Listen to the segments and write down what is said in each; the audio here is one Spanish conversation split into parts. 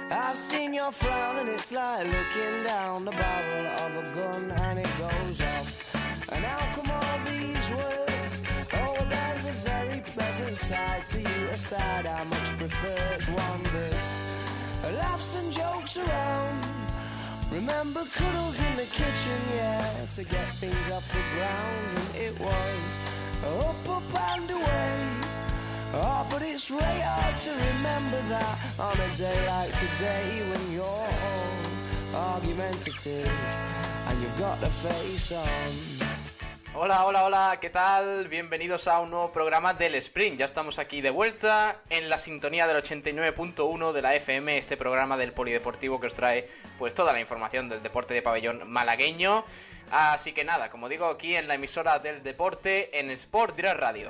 I've seen your frown and it's like looking down the barrel of a gun and it goes off. And how come all these words? Oh, there's a very pleasant side to you, a side I much prefer. It's one that's laughs and jokes around. Remember cuddles in the kitchen, yeah, to get things off the ground. And it was up and away. Oh, but it's really hard to remember that on a day like today when you're all argumentative and you've got the face on. Hola, hola, hola, ¿qué tal? Bienvenidos a un nuevo programa del Sprint. Ya estamos aquí de vuelta en la sintonía del 89.1 de la FM, este programa del polideportivo que os trae pues toda la información del deporte de pabellón malagueño. Así que nada, como digo, aquí en la emisora del deporte en Sport Direct Radio.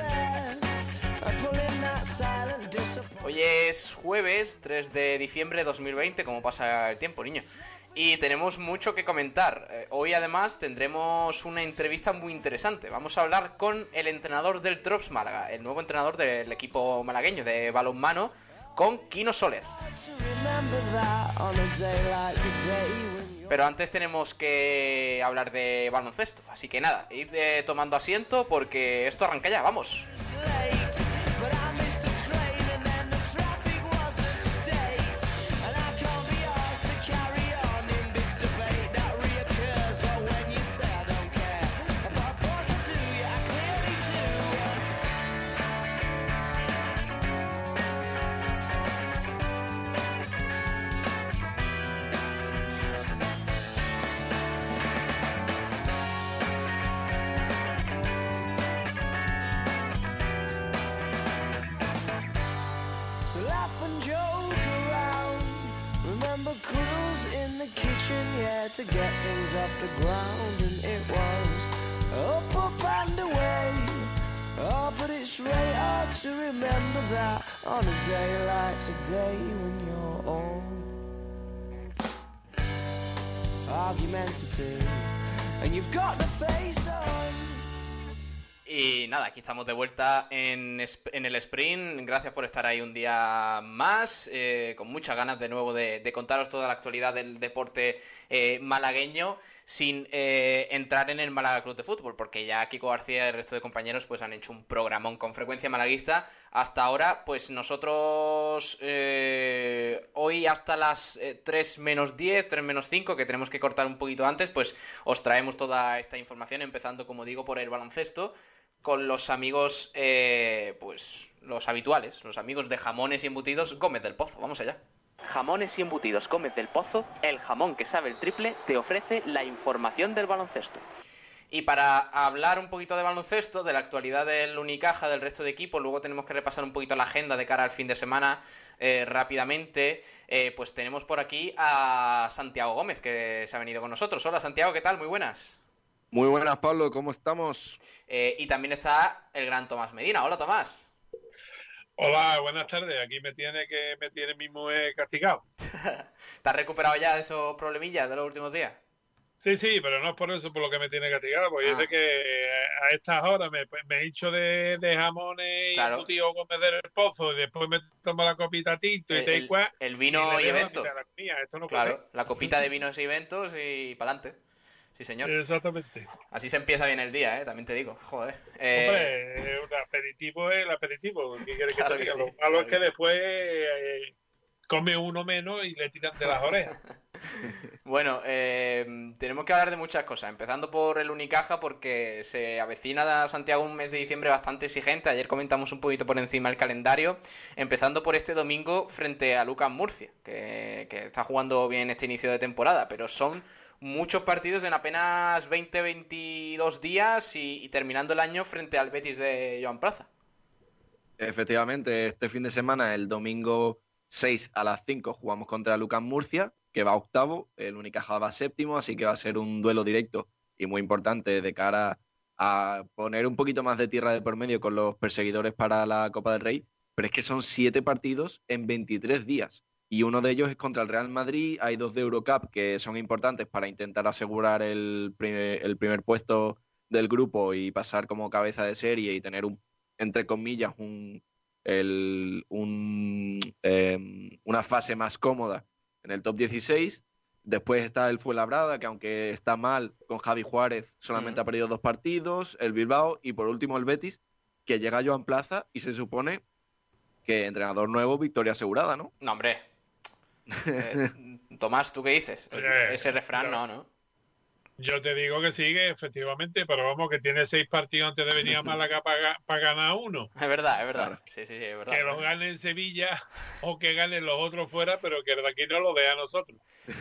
Hoy es jueves 3 de diciembre de 2020, como pasa el tiempo, niño. Y tenemos mucho que comentar. Hoy además tendremos una entrevista muy interesante. Vamos a hablar con el entrenador del Drops Málaga, el nuevo entrenador del equipo malagueño de balonmano, con Quino Soler. Pero antes tenemos que hablar de baloncesto. Así que nada, id tomando asiento porque esto arranca ya, vamos. To get things off the ground and it was up and away. Oh, but it's really hard to remember that on a day like today when you're all argumentative and you've got the face on. Y nada, aquí estamos de vuelta en el Sprint. Gracias por estar ahí un día más, con muchas ganas de nuevo de contaros toda la actualidad del deporte malagueño, sin entrar en el Málaga Club de Fútbol, porque ya Kiko García y el resto de compañeros pues han hecho un programón con Frecuencia Malaguista. Hasta ahora, pues nosotros hoy hasta las 3 menos 10, 3 menos 5, que tenemos que cortar un poquito antes, pues os traemos toda esta información, empezando, como digo, por el baloncesto, con los amigos, pues los habituales, los amigos de Jamones y Embutidos Gómez del Pozo. Vamos allá. Jamones y Embutidos Gómez del Pozo, el jamón que sabe el triple, te ofrece la información del baloncesto. Y para hablar un poquito de baloncesto, de la actualidad del Unicaja, del resto de equipos, luego tenemos que repasar un poquito la agenda de cara al fin de semana rápidamente. Pues tenemos por aquí a Santiago Gómez, que se ha venido con nosotros. Hola Santiago, ¿qué tal? Muy buenas. Muy buenas, Pablo, ¿cómo estamos? Y también está el gran Tomás Medina. Hola, Tomás. Hola, buenas tardes. Aquí me tiene mismo castigado. ¿Te has recuperado ya de esos problemillas de los últimos días? Sí, pero no es por eso por lo que me tiene castigado, porque yo sé que a estas horas me he hecho de jamones y embutido Gómez del Pozo y después me tomo la copita tinto y el vino y eventos. Esto no claro, puede ser. La copita de vinos y eventos y pa'lante. Sí, señor. Exactamente. Así se empieza bien el día, también te digo. Joder. Hombre, un aperitivo es el aperitivo. ¿Qué quieres claro que te diga? Sí, Lo malo es que después come uno menos y le tiran de las orejas. Bueno, tenemos que hablar de muchas cosas, empezando por el Unicaja, porque se avecina a Santiago un mes de diciembre bastante exigente. Ayer comentamos un poquito por encima el calendario, empezando por este domingo frente a Lucas Murcia, que está jugando bien este inicio de temporada, pero son muchos partidos en apenas 20-22 días y terminando el año frente al Betis de Joan Plaza. Efectivamente, este fin de semana, el domingo 6 a las 5, jugamos contra Lucas Murcia, que va octavo, el Unicaja va séptimo, así que va a ser un duelo directo y muy importante de cara a poner un poquito más de tierra de por medio con los perseguidores para la Copa del Rey, pero es que son 7 partidos en 23 días. Y uno de ellos es contra el Real Madrid. Hay 2 de Eurocup que son importantes para intentar asegurar el primer puesto del grupo y pasar como cabeza de serie y tener, entre comillas, un una fase más cómoda en el top 16. Después está el Fuenlabrada, que aunque está mal con Javi Juárez, solamente ha perdido 2 partidos, el Bilbao y por último el Betis, que llega a Joan Plaza y se supone que entrenador nuevo, victoria asegurada, ¿no? No, hombre. Tomás, ¿tú qué dices? Ese refrán no. Yo te digo que sigue, efectivamente, pero vamos, que tiene 6 partidos antes de venir a Málaga para ganar uno. Es verdad. Claro. Sí, es verdad. Que los gane en Sevilla o que ganen los otros fuera, pero que de aquí no lo dé a nosotros.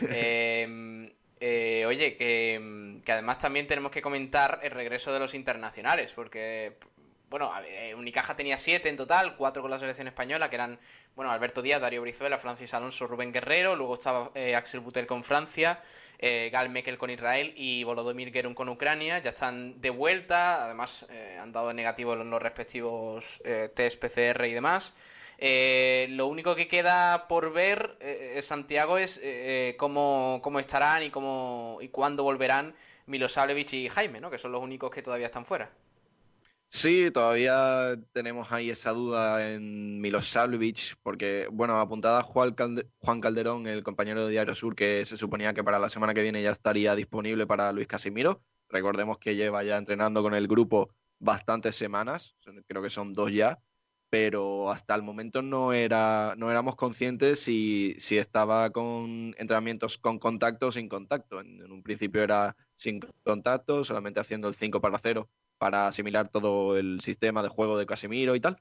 Oye, que además también tenemos que comentar el regreso de los internacionales, porque, bueno, Unicaja tenía 7 en total, 4 con la selección española, que eran, bueno, Alberto Díaz, Darío Brizuela, Francis Alonso, Rubén Guerrero, luego estaba Axel Butel con Francia, Gal Mekel con Israel y Volodymyr Gerun con Ucrania. Ya están de vuelta, además han dado negativo en los respectivos test PCR y demás. Lo único que queda por ver, Santiago, es cómo estarán y cuándo volverán Milosavljevic y Jaime, ¿no? Que son los únicos que todavía están fuera. Sí, todavía tenemos ahí esa duda en Milosavljevic, porque, bueno, apuntada Juan Calderón, el compañero de Diario Sur, que se suponía que para la semana que viene ya estaría disponible para Luis Casimiro. Recordemos que lleva ya entrenando con el grupo bastantes semanas, creo que son 2 ya, pero hasta el momento no éramos conscientes si estaba con entrenamientos con contacto o sin contacto. En un principio era sin contacto, solamente haciendo el 5-0 para asimilar todo el sistema de juego de Casemiro y tal.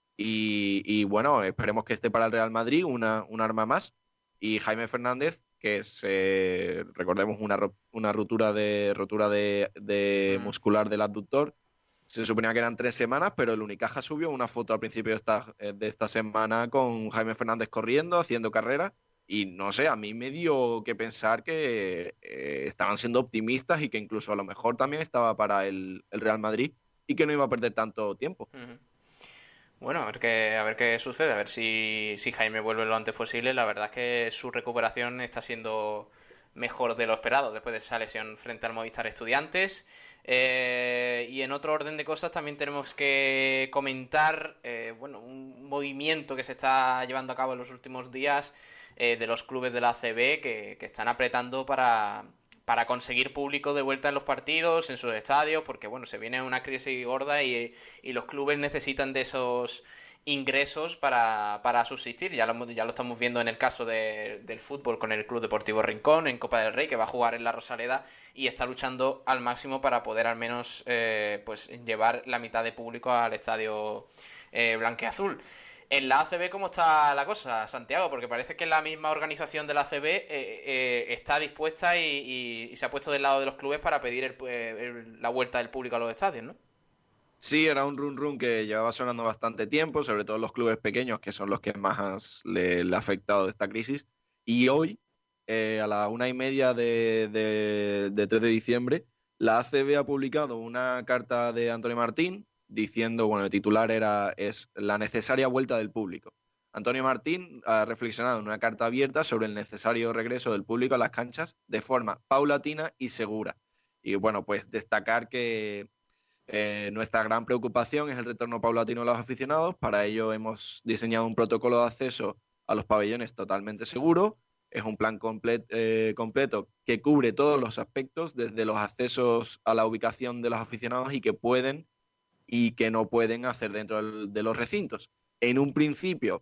Y bueno, esperemos que esté para el Real Madrid, un arma más. Y Jaime Fernández, que es, recordemos, una rotura de muscular del abductor. Se suponía que eran 3 semanas, pero el Unicaja subió una foto al principio de esta semana con Jaime Fernández corriendo, haciendo carrera. Y no sé, a mí me dio que pensar que estaban siendo optimistas y que incluso a lo mejor también estaba para el Real Madrid y que no iba a perder tanto tiempo. Uh-huh. Bueno, a ver qué sucede, a ver si Jaime vuelve lo antes posible. La verdad es que su recuperación está siendo mejor de lo esperado después de esa lesión frente al Movistar Estudiantes. Y en otro orden de cosas también tenemos que comentar un movimiento que se está llevando a cabo en los últimos días de los clubes de la ACB que están apretando para conseguir público de vuelta en los partidos, en sus estadios, porque bueno, se viene una crisis gorda y los clubes necesitan de esos ingresos para subsistir. Ya lo estamos viendo en el caso del fútbol con el Club Deportivo Rincón en Copa del Rey, que va a jugar en la Rosaleda y está luchando al máximo para poder al menos llevar la mitad de público al estadio blanqueazul. En la ACB, ¿cómo está la cosa, Santiago? Porque parece que la misma organización de la ACB está dispuesta y se ha puesto del lado de los clubes para pedir la vuelta del público a los estadios, ¿no? Sí, era un run que llevaba sonando bastante tiempo, sobre todo los clubes pequeños, que son los que más le ha afectado esta crisis. Y hoy, a la 1:30 de 3 de diciembre, la ACB ha publicado una carta de Antonio Martín diciendo, bueno, el titular es la necesaria vuelta del público. Antonio Martín ha reflexionado en una carta abierta sobre el necesario regreso del público a las canchas de forma paulatina y segura. Y bueno, pues destacar que nuestra gran preocupación es el retorno paulatino de los aficionados. Para ello hemos diseñado un protocolo de acceso a los pabellones totalmente seguro. Es un plan completo que cubre todos los aspectos, desde los accesos a la ubicación de los aficionados y que pueden y que no pueden hacer dentro de los recintos. En un principio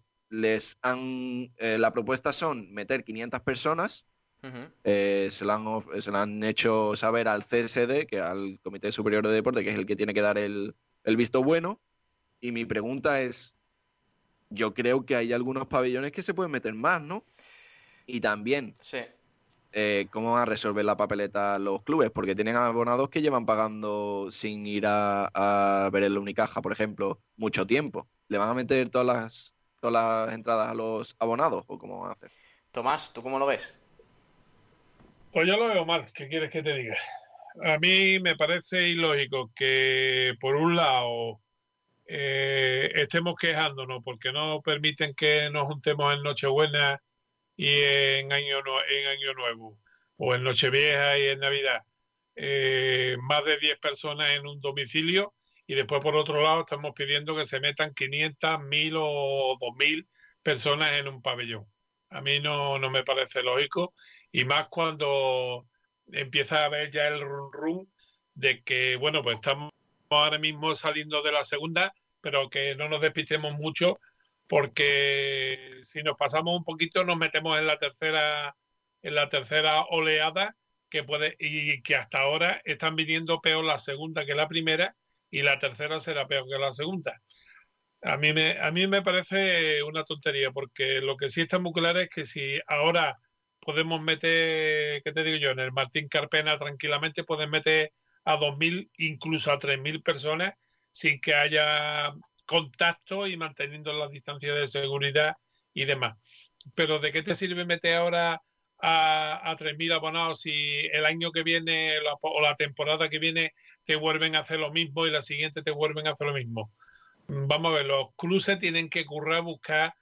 la propuesta son meter 500 personas. Uh-huh. Se lo han hecho saber al CSD, que al Comité Superior de Deporte, que es el que tiene que dar el visto bueno. Y mi pregunta es, yo creo que hay algunos pabellones que se pueden meter más, ¿no? Y también, sí. ¿Cómo van a resolver la papeleta los clubes? Porque tienen abonados que llevan pagando sin ir a ver el Unicaja, por ejemplo, mucho tiempo. ¿Le van a meter todas las entradas a los abonados o cómo van a hacer? Tomás, ¿tú cómo lo ves? Pues yo lo veo mal, ¿qué quieres que te diga? A mí me parece ilógico que, por un lado, estemos quejándonos porque no permiten que nos juntemos en Nochebuena y en Año Nuevo, o en Nochevieja y en Navidad, más de 10 personas en un domicilio, y después por otro lado estamos pidiendo que se metan 500, 1000 o 2000 personas en un pabellón. A mí no me parece lógico, y más cuando empieza a haber ya el run de que, bueno, pues estamos ahora mismo saliendo de la segunda, pero que no nos despistemos mucho, porque si nos pasamos un poquito nos metemos en la tercera oleada, que puede, y que hasta ahora están viniendo peor la segunda que la primera, y la tercera será peor que la segunda. A mí me parece una tontería, porque lo que sí está muy claro es que si ahora podemos meter, ¿qué te digo yo? En el Martín Carpena tranquilamente pueden meter a 2000, incluso a 3000 personas sin que haya contacto y manteniendo las distancias de seguridad y demás. Pero ¿de qué te sirve meter ahora a 3000 abonados si el año que viene o la temporada que viene te vuelven a hacer lo mismo y la siguiente te vuelven a hacer lo mismo? Vamos a ver, los clubes tienen que currar, buscar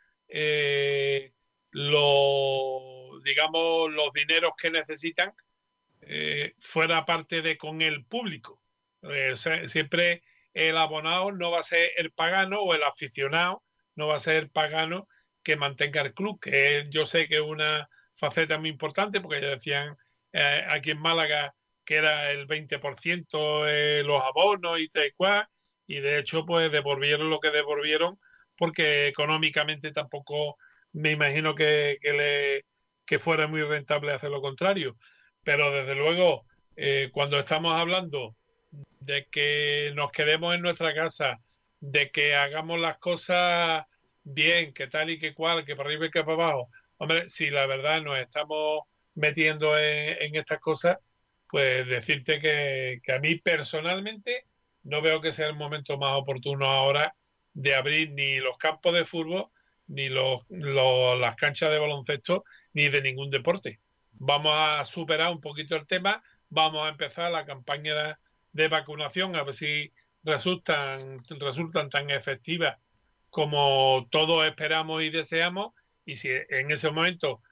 digamos, los dineros que necesitan fuera parte de con el público. Siempre el abonado no va a ser el pagano, o el aficionado no va a ser el pagano que mantenga el club, que yo sé que es una faceta muy importante, porque ya decían aquí en Málaga que era el 20% los abonos y tal cual, y de hecho pues devolvieron lo que devolvieron, porque económicamente tampoco me imagino que fuera muy rentable hacer lo contrario. Pero desde luego, cuando estamos hablando de que nos quedemos en nuestra casa, de que hagamos las cosas bien, que tal y que cual, que para arriba y que para abajo, hombre, si la verdad nos estamos metiendo en estas cosas, pues decirte que a mí personalmente no veo que sea el momento más oportuno ahora de abrir ni los campos de fútbol, ni las canchas de baloncesto, ni de ningún deporte. Vamos a superar un poquito el tema, vamos a empezar la campaña de vacunación, a ver si resultan tan efectivas como todos esperamos y deseamos, y si en ese momento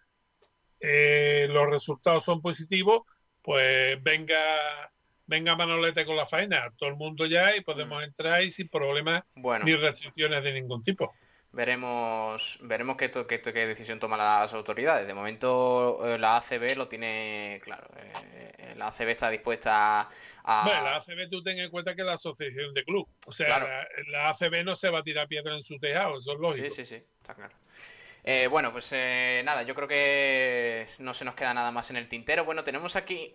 los resultados son positivos, pues venga Manolete con la faena, todo el mundo ya, y podemos entrar y sin problemas ni restricciones de ningún tipo. Veremos qué decisión toman las autoridades. De momento la ACB lo tiene claro. La ACB está dispuesta a... Bueno, la ACB, tú ten en cuenta que es la asociación de club. O sea, claro, la ACB no se va a tirar piedra en su tejado, eso es lógico. Sí, está claro. Bueno, pues nada, yo creo que no se nos queda nada más en el tintero. Bueno, tenemos aquí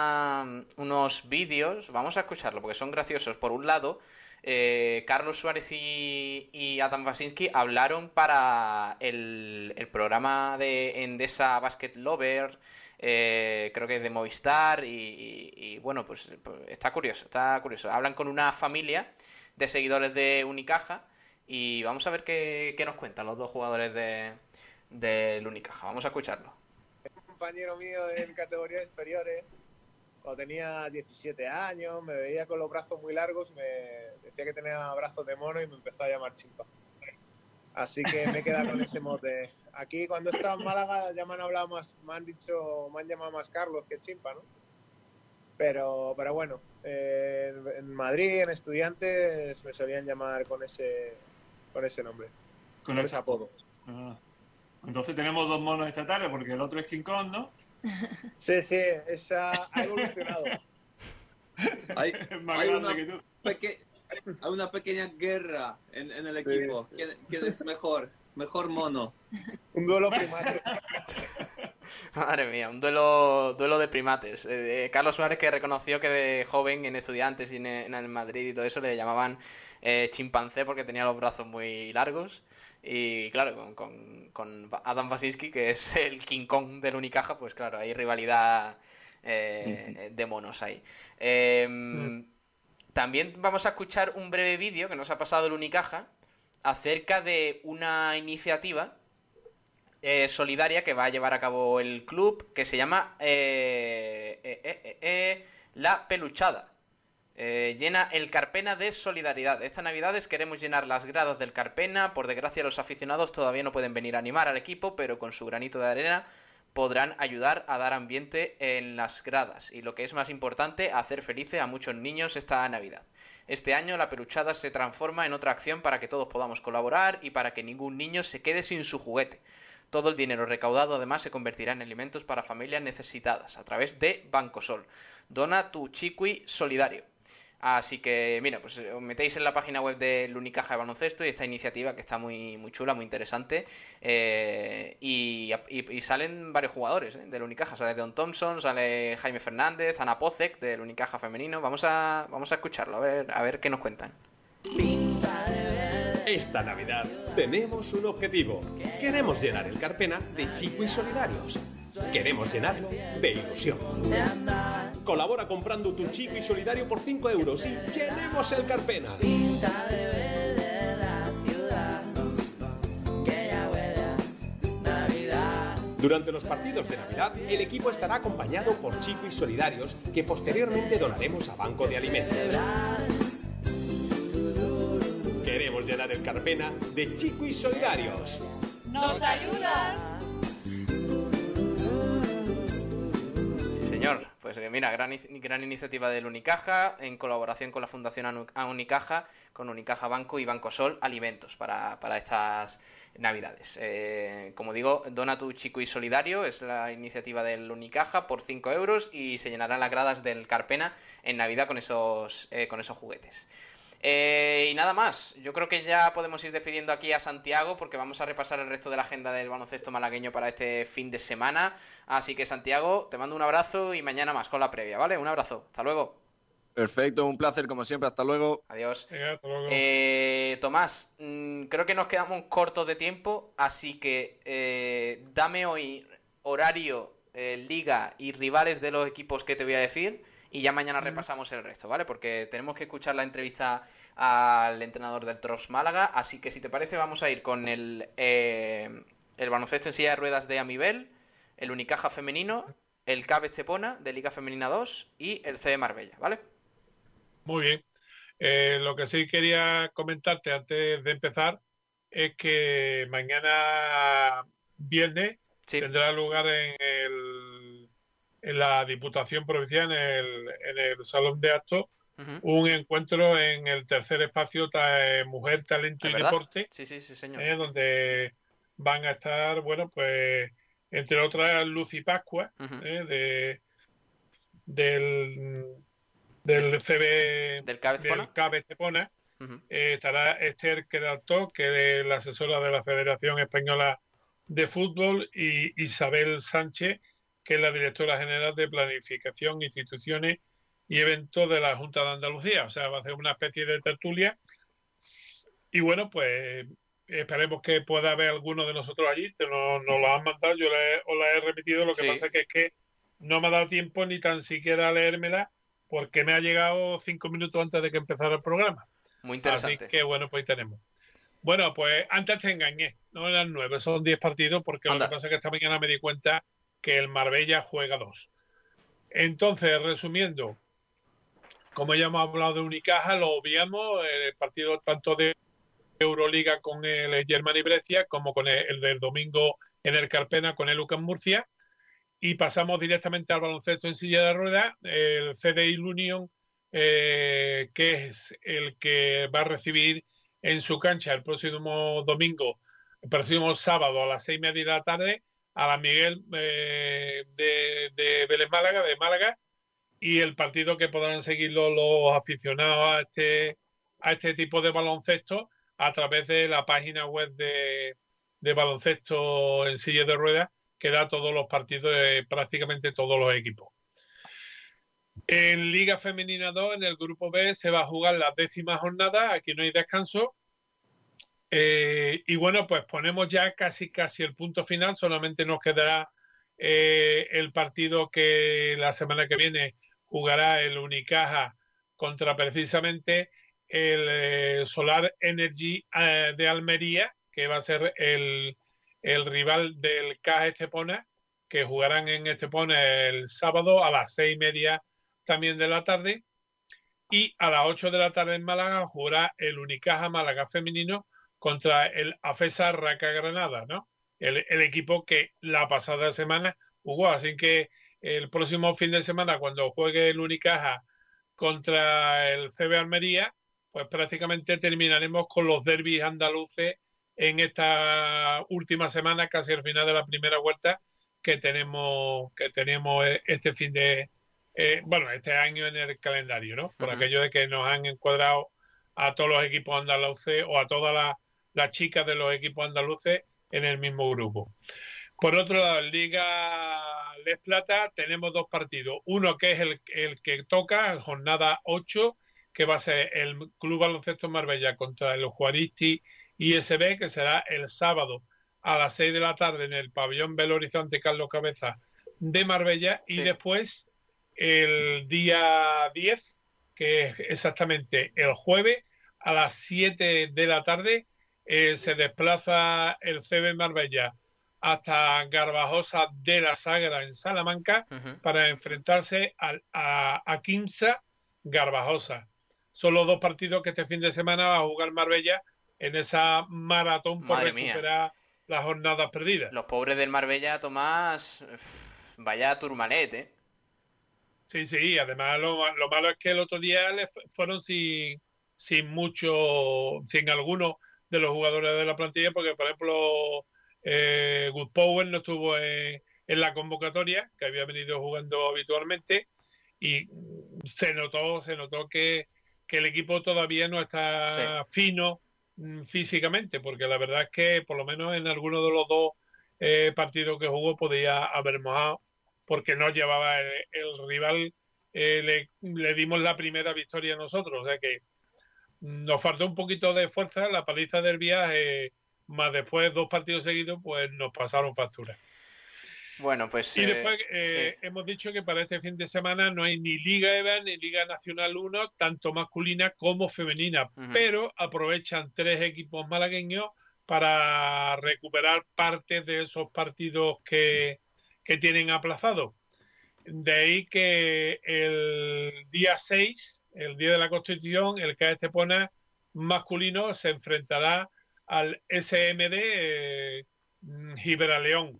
unos vídeos, vamos a escucharlo porque son graciosos. Por un lado, Carlos Suárez y Adam Wasinski hablaron para el programa de Endesa Basket Lover, creo que es de Movistar, y bueno, pues está curioso. Hablan con una familia de seguidores de Unicaja, y vamos a ver qué nos cuentan los dos jugadores del Unicaja. Vamos a escucharlo. Un compañero mío en categorías inferiores, cuando tenía 17 años, me veía con los brazos muy largos, me decía que tenía brazos de mono y me empezó a llamar chimpa. Así que me he quedado con ese mote. Aquí cuando he estado en Málaga ya me han hablado más, me han llamado más Carlos que chimpa, ¿no? Pero bueno, en Madrid, en Estudiantes, me solían llamar con ese nombre, con ese apodo. Entonces tenemos dos monos esta tarde, porque el otro es King Kong, ¿no? Sí, ha evolucionado. Es más grande que tú. Hay una pequeña guerra en el equipo. Sí. ¿Quién es mejor mono? Un duelo primate. Madre mía, un duelo de primates. Carlos Suárez, que reconoció que de joven en Estudiantes y en el Madrid y todo eso le llamaban chimpancé porque tenía los brazos muy largos. Y claro, con Adam Wasinski, que es el King Kong del Unicaja, pues claro, hay rivalidad de monos ahí. También vamos a escuchar un breve vídeo que nos ha pasado el Unicaja acerca de una iniciativa solidaria que va a llevar a cabo el club, que se llama La Peluchada. Llena el Carpena de solidaridad. Estas navidades queremos llenar las gradas del Carpena. Por desgracia, los aficionados todavía no pueden venir a animar al equipo, pero con su granito de arena podrán ayudar a dar ambiente en las gradas y, lo que es más importante, a hacer felices a muchos niños esta Navidad. Este año la peluchada se transforma en otra acción para que todos podamos colaborar y para que ningún niño se quede sin su juguete. Todo el dinero recaudado además se convertirá en alimentos para familias necesitadas a través de Bancosol. Dona tu Chiqui Solidario. Así que, mira, pues os metéis en la página web del Unicaja de baloncesto y esta iniciativa que está muy, muy chula, muy interesante. Y salen varios jugadores del Unicaja. Sale Don Thompson, sale Jaime Fernández, Ana Pozek del Unicaja femenino. Vamos a escucharlo, a ver qué nos cuentan. Esta Navidad tenemos un objetivo. Queremos llenar el Carpena de Chiqui Solidarios. Queremos llenarlo de ilusión. Colabora comprando tu Chiqui Solidario por 5 euros y llenemos el Carpena. Durante los partidos de Navidad, el equipo estará acompañado por Chiqui Solidarios que posteriormente donaremos a Banco de Alimentos. Queremos llenar el Carpena de Chiqui Solidarios. ¿Nos ayudas? Sí, señor. Pues mira, gran iniciativa del Unicaja en colaboración con la Fundación Unicaja, con Unicaja Banco y Bancosol Alimentos para estas Navidades. Como digo, dona tu Chiqui Solidario, es la iniciativa del Unicaja por 5 euros y se llenarán las gradas del Carpena en Navidad con esos juguetes. Y nada más, yo creo que ya podemos ir despidiendo aquí a Santiago porque vamos a repasar el resto de la agenda del baloncesto malagueño para este fin de semana. Así que, Santiago, te mando un abrazo y mañana más con la previa, ¿vale? Un abrazo, hasta luego. Perfecto, un placer como siempre, hasta luego. Adiós. Hasta luego. Tomás, creo que nos quedamos cortos de tiempo, así que dame hoy horario, liga y rivales de los equipos que te voy a decir. Y ya mañana repasamos el resto, ¿vale? Porque tenemos que escuchar la entrevista al entrenador del Trops Málaga. Así que, si te parece, vamos a ir con el baloncesto en silla de ruedas de Amibel, el Unicaja femenino, el CAB Estepona de Liga Femenina 2 y el CE Marbella, ¿vale? Muy bien. Lo que sí quería comentarte antes de empezar es que mañana viernes tendrá lugar en la Diputación Provincial, en el Salón de Actos, un encuentro en el tercer espacio Mujer, Talento y Deporte, sí, señor. Donde van a estar, bueno, pues, entre otras, Lucy Pascua, del CB, del CAB Estepona. Estará Esther Queraltó, que es la asesora de la Federación Española de Fútbol, y Isabel Sánchez, que es la directora general de Planificación, Instituciones y Eventos de la Junta de Andalucía. O sea, va a ser una especie de tertulia. Y bueno, pues esperemos que pueda haber alguno de nosotros allí. Nos lo han mandado, yo os la he remitido. Lo que pasa es que no me ha dado tiempo ni tan siquiera a leérmela porque me ha llegado 5 minutos antes de que empezara el programa. Muy interesante. Así que bueno, pues ahí tenemos. Bueno, pues antes te engañé. No eran 9, son 10 partidos porque lo que pasa es que esta mañana me di cuenta que el Marbella juega 2. Entonces, resumiendo, como ya hemos hablado de Unicaja, lo obviamos, el partido tanto de Euroliga con el Germany Brescia como con el del domingo en el Carpena con el UCAM Murcia, y pasamos directamente al baloncesto en silla de ruedas, el CDI Union, que es el que va a recibir en su cancha el próximo sábado a las 6:30 de la tarde a la Miguel de Vélez Málaga, de Málaga, y el partido que podrán seguirlo los aficionados a este tipo de baloncesto a través de la página web de baloncesto en silla de ruedas, que da todos los partidos de prácticamente todos los equipos. En Liga Femenina 2, en el grupo B, se va a jugar la 10ª jornada, aquí no hay descanso. Y bueno, pues ponemos ya casi el punto final. Solamente nos quedará el partido que la semana que viene jugará el Unicaja contra precisamente el Solar Energy de Almería, que va a ser el rival del CAJ Estepona, que jugarán en Estepona el sábado a las 6:30 también de la tarde. Y a las 8 de la tarde en Málaga jugará el Unicaja Málaga femenino contra el AFESA Raca Granada, ¿no? el equipo que la pasada semana jugó. Así que el próximo fin de semana, cuando juegue el Unicaja contra el CB Almería, pues prácticamente terminaremos con los derbis andaluces en esta última semana, casi al final de la primera vuelta que tenemos este fin de este año en el calendario, ¿no? Por aquello de que nos han encuadrado a todos los equipos andaluces o a todas las chicas de los equipos andaluces en el mismo grupo. Por otro lado, en Liga Les Plata tenemos 2 partidos. Uno que es el que toca, jornada 8, que va a ser el Club Baloncesto Marbella contra el Juaristi ISB, que será el sábado a las 6 de la tarde en el pabellón Belo Horizonte Carlos Cabeza de Marbella. Sí. Y después, el día 10, que es exactamente el jueves, a las 7 de la tarde, se desplaza el CB Marbella hasta Garbajosa de la Sagra en Salamanca para enfrentarse a Quimsa Garbajosa. Son los 2 partidos que este fin de semana va a jugar Marbella en esa maratón por recuperar las jornadas perdidas. Los pobres del Marbella, Tomás, vaya turmalet, ¿eh? Sí, además lo malo es que el otro día le fueron sin algunos de los jugadores de la plantilla, porque por ejemplo Good Power no estuvo en la convocatoria, que había venido jugando habitualmente, y se notó que el equipo todavía no está fino físicamente, porque la verdad es que por lo menos en alguno de los 2 partidos que jugó podía haber mojado, porque no llevaba el rival, le dimos la primera victoria a nosotros, o sea que nos faltó un poquito de fuerza. La paliza del viaje, más después 2 partidos seguidos, pues nos pasaron factura. Bueno, pues... Y después hemos dicho que para este fin de semana no hay ni Liga EVA ni Liga Nacional 1, tanto masculina como femenina, pero aprovechan 3 equipos malagueños para recuperar parte de esos partidos que tienen aplazados. De ahí que el día 6, el día de la Constitución, el CAE Estepona masculino se enfrentará al SMD Gibraleón.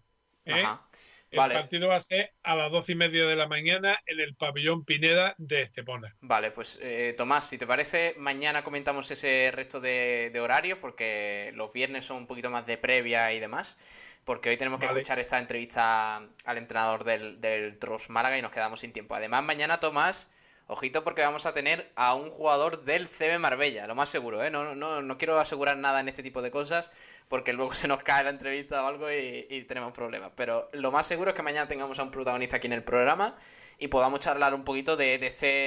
El partido va a ser a las 12:30 de la mañana en el pabellón Pineda de Estepona. Vale, pues Tomás, si te parece, mañana comentamos ese resto de horarios, porque los viernes son un poquito más de previa y demás, porque hoy tenemos que escuchar esta entrevista al entrenador del Tros Málaga y nos quedamos sin tiempo. Además, mañana, Tomás, ojito, porque vamos a tener a un jugador del CB Marbella, lo más seguro, ¿eh? No quiero asegurar nada en este tipo de cosas, porque luego se nos cae la entrevista o algo y tenemos problemas. Pero lo más seguro es que mañana tengamos a un protagonista aquí en el programa y podamos charlar un poquito de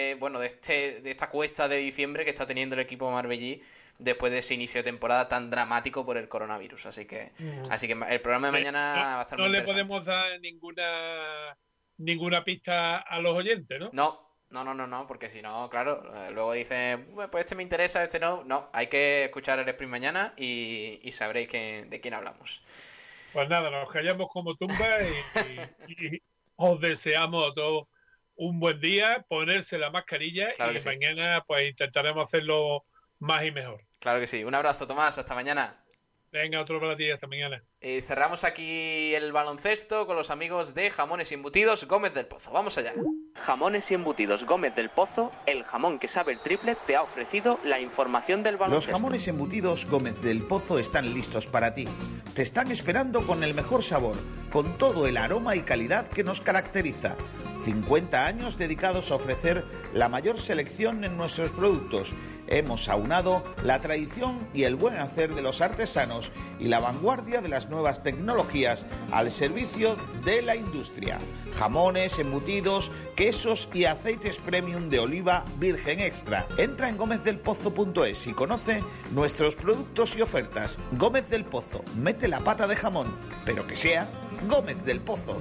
esta cuesta de diciembre que está teniendo el equipo marbellí después de ese inicio de temporada tan dramático por el coronavirus. Así que el programa de mañana va a estar muy interesante. No le podemos dar ninguna pista a los oyentes, ¿no? No, porque si no, claro, luego dicen, pues este me interesa, este no. No, hay que escuchar el sprint mañana y sabréis de quién hablamos. Pues nada, nos callamos como tumba y os deseamos a todos un buen día, ponerse la mascarilla, claro, y mañana pues intentaremos hacerlo más y mejor. Claro que sí. Un abrazo, Tomás, hasta mañana. Venga, otro para ti, hasta mañana. Cerramos aquí el baloncesto con los amigos de Jamones y Embutidos Gómez del Pozo. Vamos allá. Jamones y Embutidos Gómez del Pozo, el jamón que sabe el triple, te ha ofrecido la información del baloncesto. Los jamones embutidos Gómez del Pozo están listos para ti. Te están esperando con el mejor sabor, con todo el aroma y calidad que nos caracteriza. 50 años dedicados a ofrecer la mayor selección en nuestros productos. Hemos aunado la tradición y el buen hacer de los artesanos y la vanguardia de las nuevas tecnologías al servicio de la industria. Jamones, embutidos, quesos y aceites premium de oliva virgen extra. Entra en gomezdelpozo.es y conoce nuestros productos y ofertas. Gómez del Pozo, mete la pata de jamón, pero que sea Gómez del Pozo.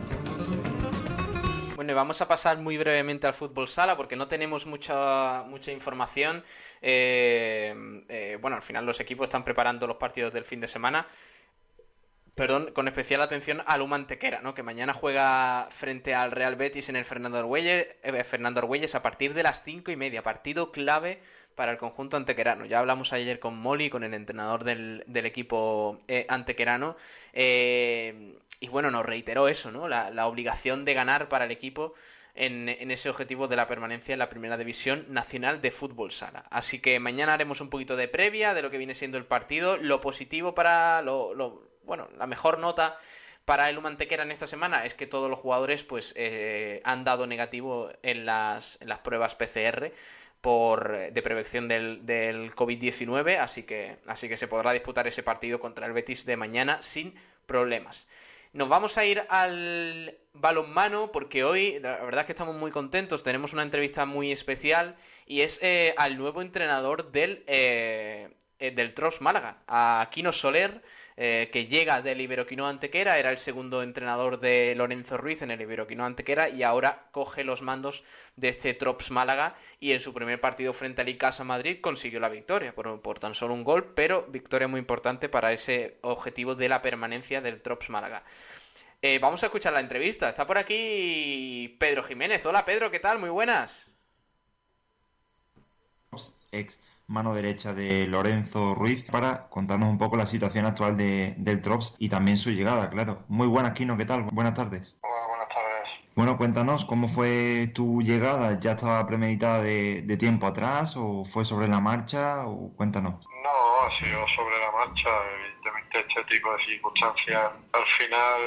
Bueno, y vamos a pasar muy brevemente al fútbol sala porque no tenemos mucha información. Al final los equipos están preparando los partidos del fin de semana. Perdón, con especial atención al Luma Antequera, ¿no? Que mañana juega frente al Real Betis en el Fernando Argüelles a partir de las 5:30. Partido clave para el conjunto antequerano. Ya hablamos ayer con Molly, con el entrenador del equipo antequerano. Y bueno, nos reiteró eso, ¿no? La obligación de ganar para el equipo en ese objetivo de la permanencia en la Primera División Nacional de Fútbol Sala. Así que mañana haremos un poquito de previa de lo que viene siendo el partido. Lo positivo para la mejor nota para el Antequera en esta semana es que todos los jugadores pues han dado negativo en las pruebas PCR de prevención del COVID-19, así que se podrá disputar ese partido contra el Betis de mañana sin problemas. Nos vamos a ir al balonmano porque hoy la verdad es que estamos muy contentos. Tenemos una entrevista muy especial y es al nuevo entrenador del Trops Málaga, a Quino Soler, que llega del Iberoquinoa Antequera. Era el segundo entrenador de Lorenzo Ruiz en el Iberoquinoa Antequera y ahora coge los mandos de este Trops Málaga y en su primer partido frente al Icasa Madrid consiguió la victoria por tan solo un gol, pero victoria muy importante para ese objetivo de la permanencia del Trops Málaga. Vamos a escuchar la entrevista. Está por aquí Pedro Jiménez. Hola Pedro, ¿qué tal? Muy buenas. Ex mano derecha de Lorenzo Ruiz, para contarnos un poco la situación actual del Trops y también su llegada, claro. Muy buenas, Quino, ¿qué tal? Buenas tardes. Hola, buenas tardes. Bueno, cuéntanos, ¿cómo fue tu llegada? ¿Ya estaba premeditada de tiempo atrás o fue sobre la marcha? O cuéntanos. No, ha sido sobre la marcha. Evidentemente este tipo de circunstancias al final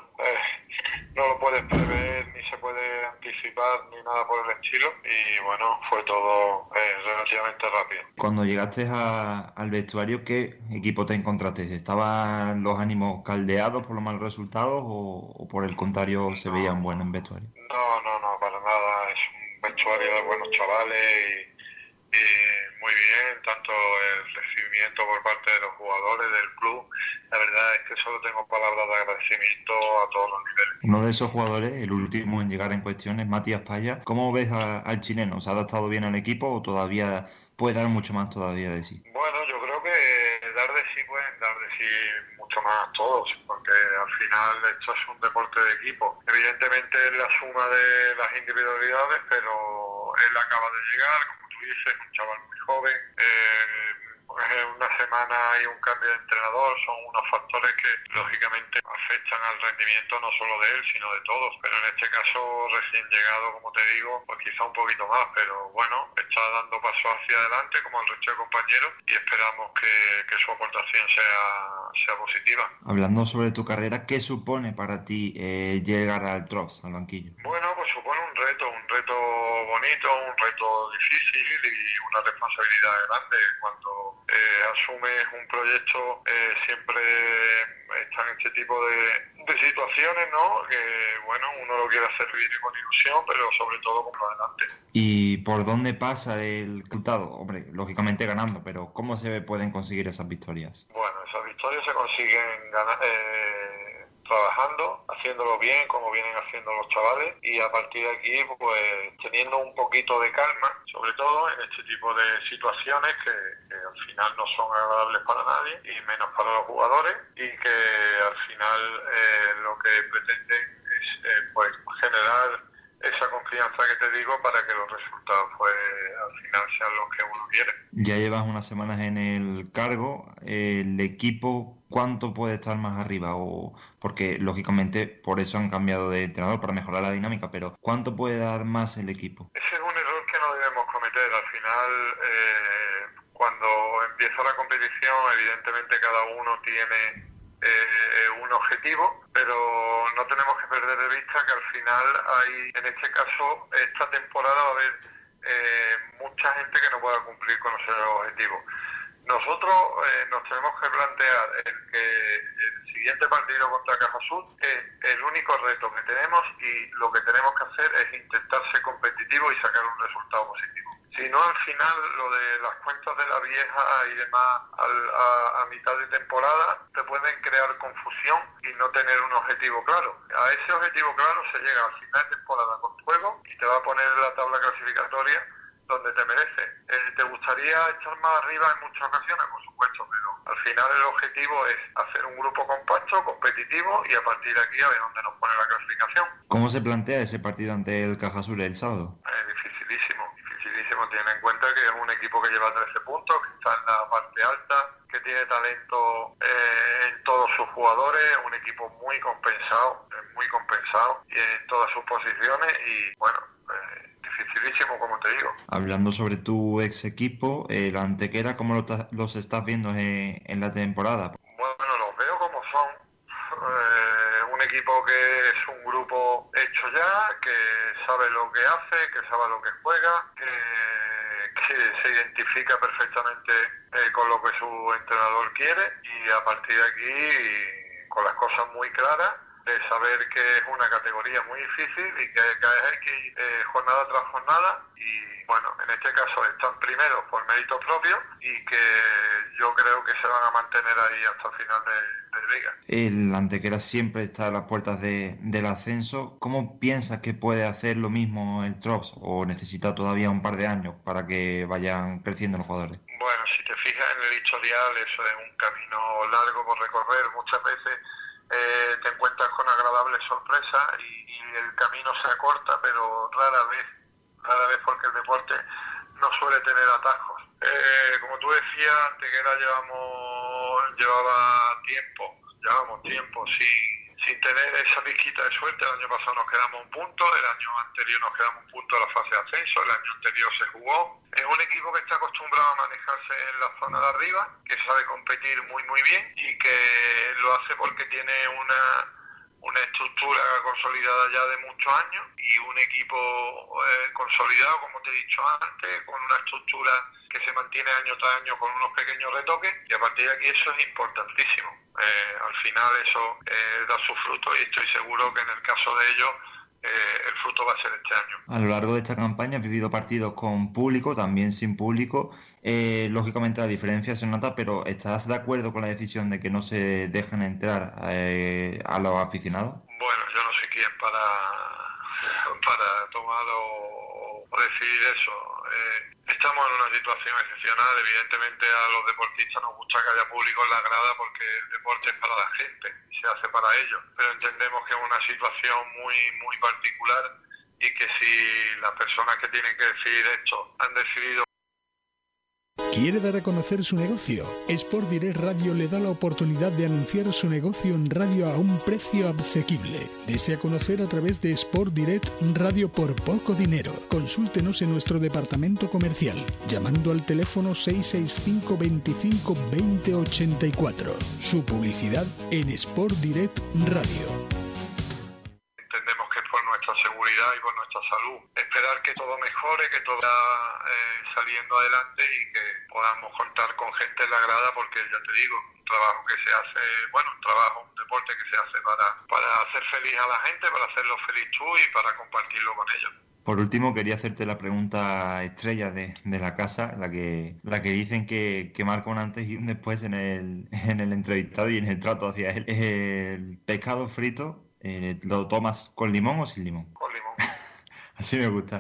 no lo puedes prever, ni se puede anticipar, ni nada por el estilo. Y bueno, fue todo relativamente rápido. Cuando llegaste al vestuario, ¿qué equipo te encontraste? ¿Estaban los ánimos caldeados por los malos resultados o por el contrario se veían buenos en vestuario? No, para nada. Es un vestuario de buenos chavales y muy bien, tanto el recibimiento por parte de los jugadores, del club. La verdad es que solo tengo palabras de agradecimiento a todos los niveles. Uno de esos jugadores, el último en llegar en cuestión, es Matías Paya. ¿Cómo ves al chileno? ¿Se ha adaptado bien al equipo o todavía puede dar mucho más todavía de sí? Bueno, yo creo que dar de sí pueden dar de sí mucho más todos, porque al final esto es un deporte de equipo. Evidentemente es la suma de las individualidades, pero él acaba de llegar, como tú dices, un chaval muy joven. En una semana hay un cambio de entrenador, son unos factores que lógicamente afectan al rendimiento no solo de él, sino de todos. Pero en este caso, recién llegado, como te digo, pues quizá un poquito más, pero bueno, está dando paso hacia adelante como el resto de compañeros y esperamos que su aportación sea positiva. Hablando sobre tu carrera, ¿qué supone para ti llegar al Trops, al banquillo? Bueno, pues supone un reto bonito, un reto difícil y una responsabilidad grande. Cuando asumes un proyecto siempre están este tipo de situaciones, ¿no? Que bueno, uno lo quiere hacer bien y con ilusión, pero sobre todo con adelante. ¿Y por dónde pasa el resultado? Hombre, lógicamente ganando, pero ¿cómo se pueden conseguir esas victorias? Bueno, esas victorias se consiguen trabajando, haciéndolo bien como vienen haciendo los chavales y a partir de aquí pues teniendo un poquito de calma, sobre todo en este tipo de situaciones que al final no son agradables para nadie y menos para los jugadores y que al final lo que pretenden es pues generar esa confianza que te digo para que los resultados pues al final sean los que uno quiere. Ya llevas unas semanas en el cargo, el equipo, ¿cuánto puede estar más arriba? Porque lógicamente por eso han cambiado de entrenador, para mejorar la dinámica, pero ¿cuánto puede dar más el equipo? Ese es un error que no debemos cometer. Al final, cuando empieza la competición, evidentemente cada uno tiene un objetivo, pero no tenemos que perder de vista que al final hay, en este caso, esta temporada va a haber mucha gente que no pueda cumplir con esos objetivos. Nosotros nos tenemos que plantear que el siguiente partido contra Caja Sur es el único reto que tenemos y lo que tenemos que hacer es intentar ser competitivos y sacar un resultado positivo. Si no, al final, lo de las cuentas de la vieja y demás a mitad de temporada te pueden crear confusión y no tener un objetivo claro. A ese objetivo claro se llega al final de temporada con juego y te va a poner en la tabla clasificatoria donde te merece. ¿Te gustaría estar más arriba en muchas ocasiones? Por supuesto, pero Al final el objetivo es hacer un grupo compacto, competitivo, y a partir de aquí a ver dónde nos pone la clasificación. ¿Cómo se plantea ese partido ante el Cajasur el sábado? Dificilísimo. Tiene en cuenta que es un equipo que lleva 13 puntos, que está en la parte alta, que tiene talento en todos sus jugadores, un equipo muy compensado y en todas sus posiciones, y bueno, dificilísimo, como te digo. Hablando sobre tu ex equipo, el Antequera, ¿cómo los estás viendo en la temporada? Bueno, los veo como son. Un equipo que es un grupo hecho ya, que sabe lo que hace, que sabe lo que juega, que se identifica perfectamente con lo que su entrenador quiere, y a partir de aquí con las cosas muy claras, de saber que es una categoría muy difícil y que hay que ir jornada tras jornada, y bueno, en este caso están primeros por mérito propio, y que yo creo que se van a mantener ahí hasta el final de liga. El Antequera siempre está a las puertas del ascenso. ¿Cómo piensas que puede hacer lo mismo el Trops, o necesita todavía un par de años para que vayan creciendo los jugadores? Bueno, si te fijas en el historial, eso es un camino largo por recorrer. Muchas veces te encuentras con agradables sorpresas y el camino se acorta, pero rara vez, porque el deporte no suele tener atajos. Como tú decías, Antequera llevábamos tiempo sin tener esa pizquita de suerte. El año pasado nos quedamos un punto, el año anterior nos quedamos un punto de la fase de ascenso, el año anterior se jugó. Es un equipo que está acostumbrado a manejarse en la zona de arriba, que sabe competir muy bien, y que lo hace porque tiene una estructura consolidada ya de muchos años, y un equipo consolidado, como te he dicho antes, con una estructura que se mantiene año tras año con unos pequeños retoques, y a partir de aquí eso es importantísimo. Al final eso da su fruto, y estoy seguro que en el caso de ellos el fruto va a ser este año. A lo largo de esta campaña has vivido partidos con público, también sin público. Lógicamente la diferencia se nota, pero ¿estás de acuerdo con la decisión de que no se dejen entrar a los aficionados? Bueno, yo no soy quien para tomar o decidir eso. Estamos en una situación excepcional. Evidentemente a los deportistas nos gusta que haya público en la grada, porque el deporte es para la gente y se hace para ellos, pero entendemos que es una situación muy particular, y que si las personas que tienen que decidir esto han decidido. ¿Quiere dar a conocer su negocio? Sport Direct Radio le da la oportunidad de anunciar su negocio en radio a un precio asequible. ¿Desea conocer a través de Sport Direct Radio por poco dinero? Consúltenos en nuestro departamento comercial, llamando al teléfono 665 25 20 84. Su publicidad en Sport Direct Radio. Entendemos que es por nuestra seguridad y por nuestra salud. Esperar que todo mejore, que todo vaya saliendo adelante, y que podamos contar con gente en la grada, porque ya te digo, un trabajo que se hace, un deporte que se hace para hacer feliz a la gente, para hacerlo feliz tú y para compartirlo con ellos. Por último, quería hacerte la pregunta estrella de la casa, la que dicen que marca un antes y un después en el entrevistado y en el trato hacia él. ¿El pescado frito lo tomas con limón o sin limón? Con limón. Así me gusta.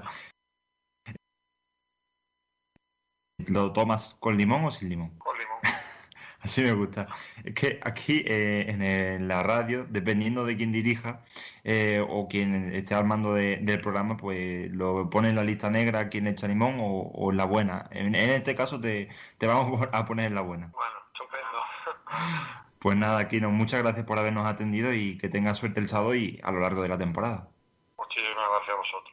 ¿Lo tomas con limón o sin limón? Con limón. Así me gusta. Es que aquí en la radio, dependiendo de quién dirija o quien esté al mando del programa, pues lo pone en la lista negra quien echa limón o en la buena. En este caso te vamos a poner en la buena. Bueno, estupendo. Pues nada, Kino, muchas gracias por habernos atendido, y que tengas suerte el sábado y a lo largo de la temporada. Muchísimas gracias a vosotros.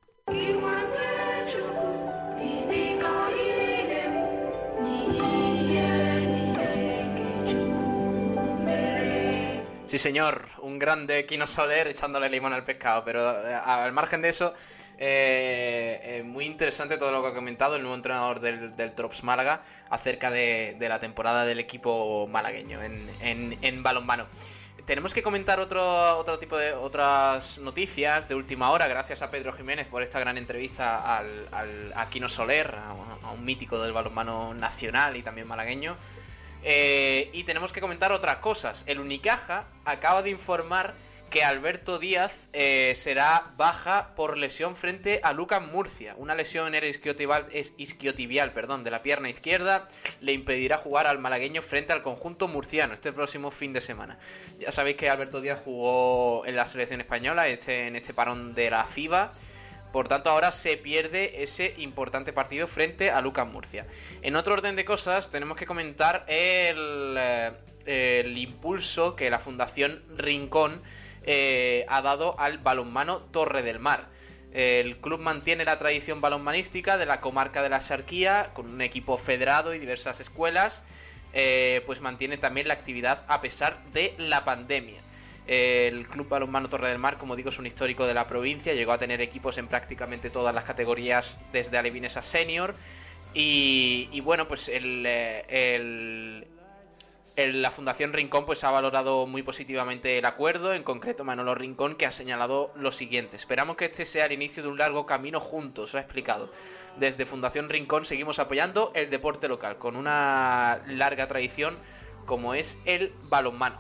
Sí, señor, un grande Kino Soler echándole limón al pescado, pero al margen de eso, muy interesante todo lo que ha comentado el nuevo entrenador del Trops Málaga acerca de la temporada del equipo malagueño en balonmano. Tenemos que comentar otras noticias de última hora, gracias a Pedro Jiménez por esta gran entrevista a Kino Soler, a un mítico del balonmano nacional y también malagueño. Y tenemos que comentar otras cosas. El Unicaja acaba de informar que Alberto Díaz será baja por lesión frente a Lucas Murcia. Una lesión en el isquiotibial de la pierna izquierda le impedirá jugar al malagueño frente al conjunto murciano este próximo fin de semana. Ya sabéis que Alberto Díaz jugó en la selección española en este parón de la FIBA. Por tanto, ahora se pierde ese importante partido frente a Lucas Murcia. En otro orden de cosas, tenemos que comentar el impulso que la Fundación Rincón ha dado al balonmano Torre del Mar. El club mantiene la tradición balonmanística de la comarca de la Axarquía, con un equipo federado y diversas escuelas, pues mantiene también la actividad a pesar de la pandemia. El Club Balonmano Torre del Mar, como digo, es un histórico de la provincia, llegó a tener equipos en prácticamente todas las categorías, desde alevines a senior, y bueno, pues la Fundación Rincón pues ha valorado muy positivamente el acuerdo, en concreto Manolo Rincón, que ha señalado lo siguiente: esperamos que este sea el inicio de un largo camino juntos, ha explicado. Desde Fundación Rincón seguimos apoyando el deporte local, con una larga tradición como es el balonmano.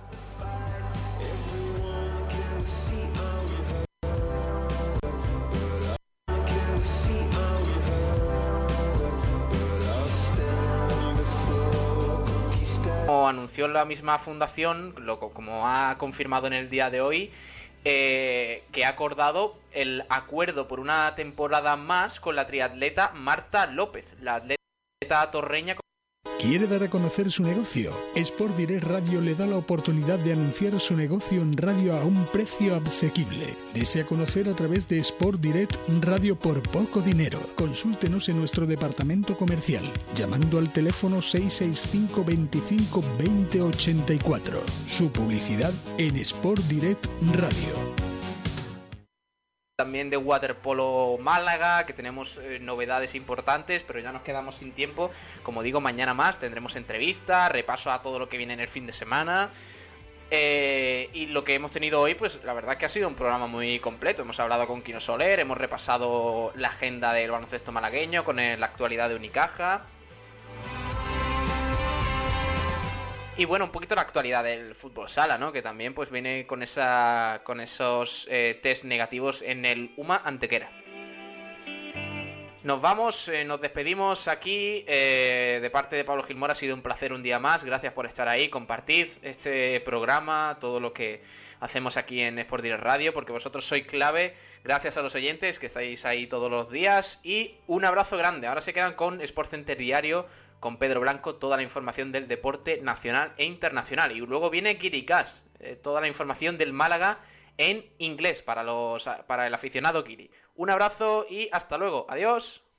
Como anunció la misma fundación, como ha confirmado en el día de hoy, que ha acordado el acuerdo por una temporada más con la triatleta Marta López, la atleta torreña. ¿Quiere dar a conocer su negocio? Sport Direct Radio le da la oportunidad de anunciar su negocio en radio a un precio asequible. Desea conocer a través de Sport Direct Radio por poco dinero. Consúltenos en nuestro departamento comercial, llamando al teléfono 665 25 20 84. Su publicidad en Sport Direct Radio. También de Waterpolo Málaga, que tenemos novedades importantes, pero ya nos quedamos sin tiempo. Como digo, mañana más tendremos entrevista, repaso a todo lo que viene en el fin de semana. Y lo que hemos tenido hoy, pues la verdad que ha sido un programa muy completo. Hemos hablado con Quino Soler, hemos repasado la agenda del baloncesto malagueño con la actualidad de Unicaja. Y bueno, un poquito la actualidad del fútbol sala, ¿no? Que también pues viene con esos test negativos en el UMA Antequera. Nos vamos, nos despedimos aquí. De parte de Pablo Gilmore, ha sido un placer un día más. Gracias por estar ahí. Compartid este programa, todo lo que hacemos aquí en Sport Direct Radio, porque vosotros sois clave. Gracias a los oyentes que estáis ahí todos los días. Y un abrazo grande. Ahora se quedan con Sport Center Diario, con Pedro Blanco, toda la información del deporte nacional e internacional. Y luego viene Kiricast, toda la información del Málaga en inglés para el aficionado Kiri. Un abrazo y hasta luego. Adiós.